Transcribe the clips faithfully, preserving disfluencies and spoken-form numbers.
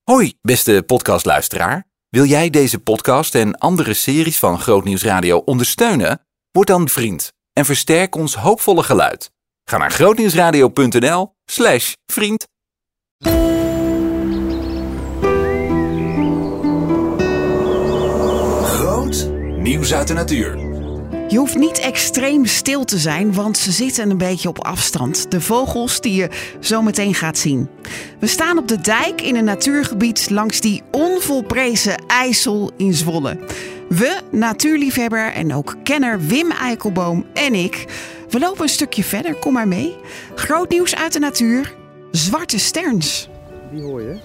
Hoi, beste podcastluisteraar. Wil jij deze podcast en andere series van Groot Nieuws Radio ondersteunen? Word dan vriend en versterk ons hoopvolle geluid. Ga naar grootnieuwsradio.nl slash vriend. Groot nieuws uit de natuur. Je hoeft niet extreem stil te zijn, want ze zitten een beetje op afstand. De vogels die je zo meteen gaat zien. We staan op de dijk in een natuurgebied langs die onvolprezen IJssel in Zwolle. We, natuurliefhebber en ook kenner Wim Eikelboom en ik, we lopen een stukje verder, kom maar mee. Groot nieuws uit de natuur, zwarte sterns. Die hoor je.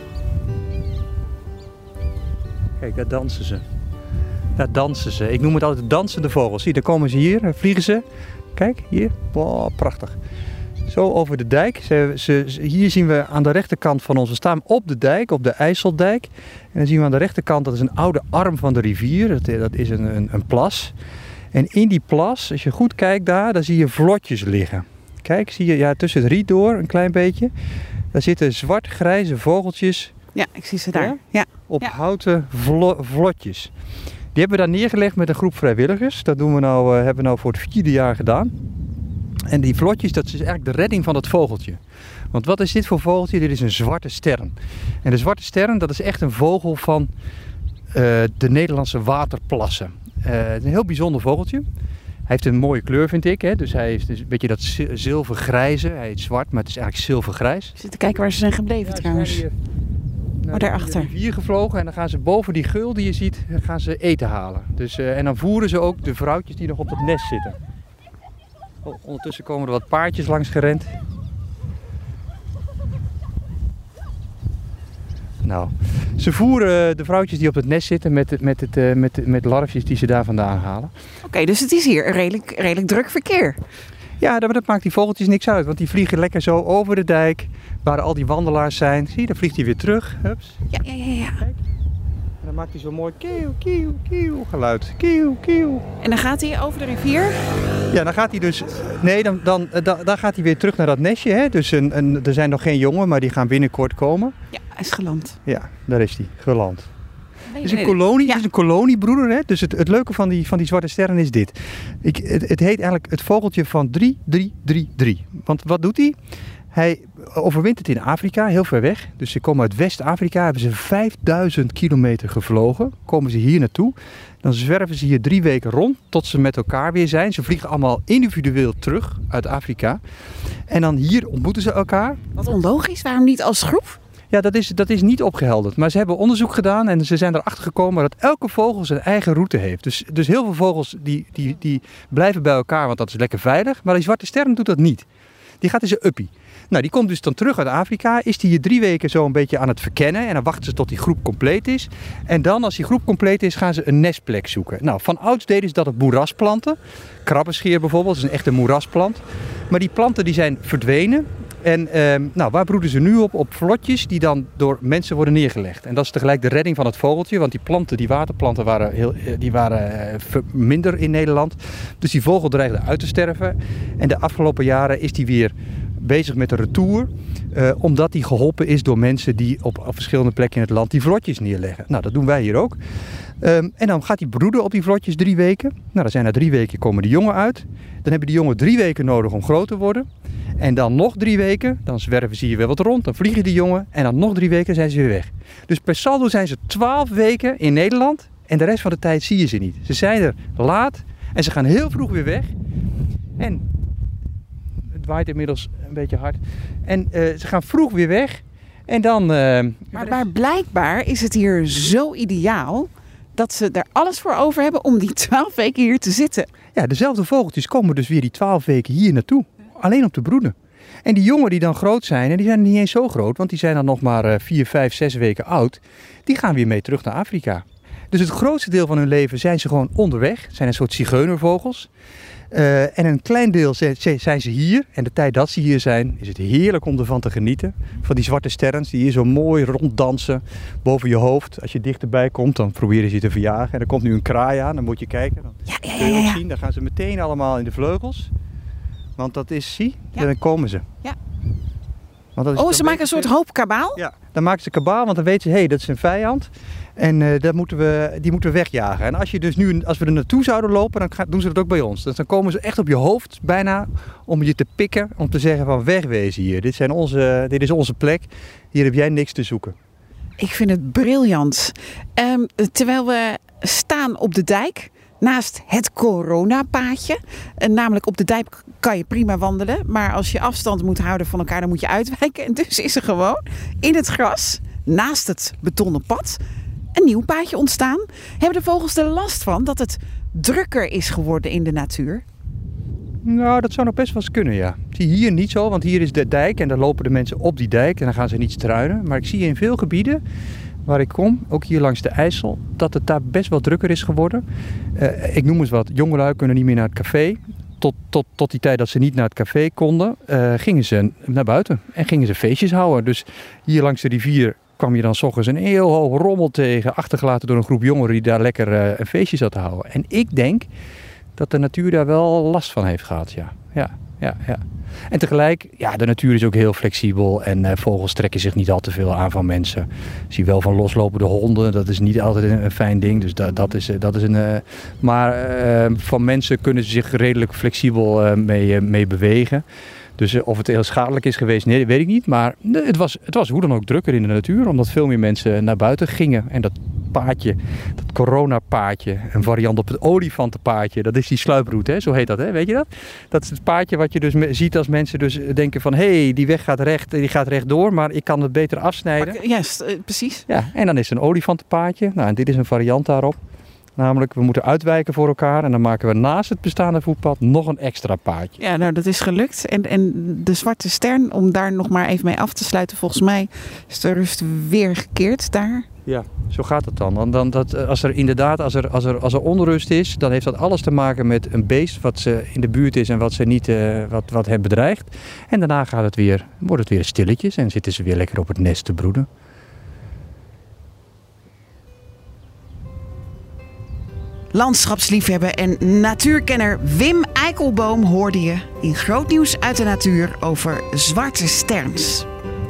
Kijk, daar dansen ze. Daar dansen ze. Ik noem het altijd de dansende vogels. Zie, daar komen ze hier, daar vliegen ze. Kijk, hier. Wow, prachtig. Zo over de dijk. Ze, ze, hier zien we aan de rechterkant van ons. We staan op de dijk, op de IJsseldijk. En dan zien we aan de rechterkant, dat is een oude arm van de rivier. Dat, dat is een, een, een plas. En in die plas, als je goed kijkt daar, dan zie je vlotjes liggen. Kijk, zie je ja, tussen het riet door een klein beetje. Daar zitten zwart-grijze vogeltjes. Ja, ik zie ze daar. Ja. Op Ja. houten vlo- vlotjes. Die hebben we daar neergelegd met een groep vrijwilligers. Dat doen we nou, uh, hebben we nou voor het vierde jaar gedaan. En die vlotjes, dat is eigenlijk de redding van het vogeltje. Want wat is dit voor vogeltje? Dit is een zwarte stern. En de zwarte stern, dat is echt een vogel van uh, de Nederlandse waterplassen. Uh, het is een heel bijzonder vogeltje. Hij heeft een mooie kleur, vind ik. Hè? Dus hij heeft dus een beetje dat zi- zilvergrijze. Hij is zwart, maar het is eigenlijk zilvergrijs. We zitten kijken waar ze zijn gebleven trouwens. Ze zijn hier naar Oh, daarachter. de rivier gevlogen en dan gaan ze boven die geul die je ziet, gaan ze eten halen. Dus, uh, en dan voeren ze ook de vrouwtjes die nog op het nest zitten. Oh, ondertussen komen er wat paardjes langs gerend. Nou, ze voeren de vrouwtjes die op het nest zitten met, het, met, het, uh, met, met larfjes die ze daar vandaan halen. Oké, okay, dus het is hier een redelijk, redelijk druk verkeer. Ja, dat maakt die vogeltjes niks uit, want die vliegen lekker zo over de dijk, waar al die wandelaars zijn. Zie je, dan vliegt hij weer terug. Hups. Ja, ja, ja, ja. Kijk. En dan maakt hij zo'n mooi kieuw, kieuw, kieuw geluid. Kieuw, kieuw. En dan gaat hij over de rivier. Ja, dan gaat hij dus... Nee, dan, dan, dan, dan gaat hij weer terug naar dat nestje. Hè? Dus een, een, er zijn nog geen jongen, maar die gaan binnenkort komen. Ja, hij is geland. Ja, daar is hij, geland. Nee, Het is een nee, kolonie, ja. het is een koloniebroeder. Hè? Dus het, het leuke van die, van die zwarte sterren is dit. Ik, het, het heet eigenlijk het vogeltje van drie drie drie drie. Want wat doet hij? Hij overwintert in Afrika, heel ver weg. Dus ze komen uit West-Afrika, hebben ze vijfduizend kilometer gevlogen. Komen ze hier naartoe. Dan zwerven ze hier drie weken rond tot ze met elkaar weer zijn. Ze vliegen allemaal individueel terug uit Afrika. En dan hier ontmoeten ze elkaar. Wat onlogisch, waarom niet als groep? Ja, dat is, dat is niet opgehelderd. Maar ze hebben onderzoek gedaan en ze zijn erachter gekomen dat elke vogel zijn eigen route heeft. Dus, dus heel veel vogels die, die, die blijven bij elkaar, want dat is lekker veilig. Maar die zwarte stern doet dat niet. Die gaat in zijn uppie. Nou, die komt dus dan terug uit Afrika. Is die hier drie weken zo een beetje aan het verkennen. En dan wachten ze tot die groep compleet is. En dan, als die groep compleet is, gaan ze een nestplek zoeken. Nou, van ouds deden ze dat op moerasplanten. Krabbenscheer bijvoorbeeld, dat is een echte moerasplant. Maar die planten die zijn verdwenen. En eh, nou, waar broeden ze nu op? Op vlotjes die dan door mensen worden neergelegd. En dat is tegelijk de redding van het vogeltje. Want die planten, die waterplanten, waren, heel, die waren eh, minder in Nederland. Dus die vogel dreigde uit te sterven. En de afgelopen jaren is die weer bezig met de retour. Uh, omdat die geholpen is door mensen die op, op verschillende plekken in het land die vlotjes neerleggen. Nou, dat doen wij hier ook. Um, en dan gaat hij broeden op die vlotjes drie weken. Nou, dan zijn na drie weken komen de jongen uit. Dan hebben die jongen drie weken nodig om groot te worden. En dan nog drie weken, dan zwerven ze hier weer wat rond. Dan vliegen die jongen en dan nog drie weken zijn ze weer weg. Dus per saldo zijn ze twaalf weken in Nederland. En de rest van de tijd zie je ze niet. Ze zijn er laat en ze gaan heel vroeg weer weg. En het waait inmiddels een beetje hard. En uh, ze gaan vroeg weer weg. En dan... Uh, maar, maar blijkbaar is het hier zo ideaal dat ze er alles voor over hebben om die twaalf weken hier te zitten. Ja, dezelfde vogeltjes komen dus weer die twaalf weken hier naartoe. Alleen om te broeden. En die jongen die dan groot zijn, en die zijn niet eens zo groot, want die zijn dan nog maar vier, vijf, zes weken oud, die gaan weer mee terug naar Afrika. Dus het grootste deel van hun leven zijn ze gewoon onderweg. Zijn een soort zigeunervogels. Uh, en een klein deel zijn ze hier. En de tijd dat ze hier zijn, is het heerlijk om ervan te genieten. Van die zwarte sterns die hier zo mooi ronddansen boven je hoofd. Als je dichterbij komt, dan proberen ze je te verjagen. En er komt nu een kraai aan, dan moet je kijken. Dan ja, ja, ja, kun je ook ja. zien, dan gaan ze meteen allemaal in de vleugels. Want dat is, zie, Ja. en dan komen ze. Ja. Want dat is Oh, dan ze maken een soort hoop kabaal? Ja, dan maken ze kabaal, want dan weten ze, hé, hey, dat is een vijand. En uh, dat moeten we, die moeten we wegjagen. En als, je dus nu, als we er naartoe zouden lopen, dan gaan, doen ze dat ook bij ons. Dus dan komen ze echt op je hoofd bijna om je te pikken, om te zeggen van wegwezen hier. Dit, zijn onze, dit is onze plek, hier heb jij niks te zoeken. Ik vind het briljant. Um, terwijl we staan op de dijk, naast het coronapaadje. Uh, namelijk op de dijk kan je prima wandelen. Maar als je afstand moet houden van elkaar, dan moet je uitwijken. En dus is er gewoon in het gras, naast het betonnen pad, een nieuw paadje ontstaan. Hebben de vogels er last van dat het drukker is geworden in de natuur? Nou, dat zou nog best wel eens kunnen, ja. Ik zie hier niet zo, want hier is de dijk en dan lopen de mensen op die dijk en dan gaan ze niet struinen. Maar ik zie in veel gebieden waar ik kom, ook hier langs de IJssel, dat het daar best wel drukker is geworden. Uh, ik noem eens wat, jongelui kunnen niet meer naar het café. Tot, tot, tot die tijd dat ze niet naar het café konden, uh, gingen ze naar buiten en gingen ze feestjes houden. Dus hier langs de rivier kwam je dan 's ochtends een heel hoog rommel tegen, achtergelaten door een groep jongeren die daar lekker uh, een feestje zat te houden. En ik denk dat de natuur daar wel last van heeft gehad, ja. Ja, ja, ja. En tegelijk, ja, de natuur is ook heel flexibel en uh, vogels trekken zich niet al te veel aan van mensen. Ik zie wel van loslopende honden, dat is niet altijd een, een fijn ding, dus dat, dat, is, dat is een... Uh, maar uh, van mensen kunnen ze zich redelijk flexibel uh, mee, uh, mee bewegen. Dus uh, of het heel schadelijk is geweest, nee, weet ik niet. Maar uh, het, was, het was hoe dan ook drukker in de natuur, omdat veel meer mensen naar buiten gingen. En dat paadje, dat coronapaadje, een variant op het olifantenpaadje, dat is die sluiproute, hè? Zo heet dat, hè? Weet je dat? Dat is het paadje wat je dus me- ziet als mensen dus denken van, hé, hey, die weg gaat recht, die gaat rechtdoor, maar ik kan het beter afsnijden. Ja, yes, uh, precies. Ja, en dan is het een olifantenpaadje. Nou, en dit is een variant daarop. Namelijk, we moeten uitwijken voor elkaar en dan maken we naast het bestaande voetpad nog een extra paadje. Ja, nou, dat is gelukt. En, en de zwarte stern, om daar nog maar even mee af te sluiten, volgens mij is de rust weer gekeerd daar. Ja, zo gaat het dan. dan, dan dat, als er inderdaad, als er, als, er, als er onrust is, dan heeft dat alles te maken met een beest wat ze in de buurt is en wat ze niet, uh, wat, wat hen bedreigt. En daarna gaat het weer, wordt het weer stilletjes en zitten ze weer lekker op het nest te broeden. Landschapsliefhebber en natuurkenner Wim Eikelboom hoorde je in Groot Nieuws uit de Natuur over zwarte sterns.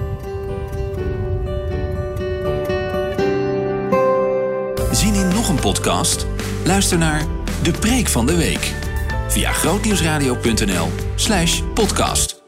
Zin in nog een podcast? Luister naar De Preek van de Week via grootnieuwsradio punt n l slash podcast.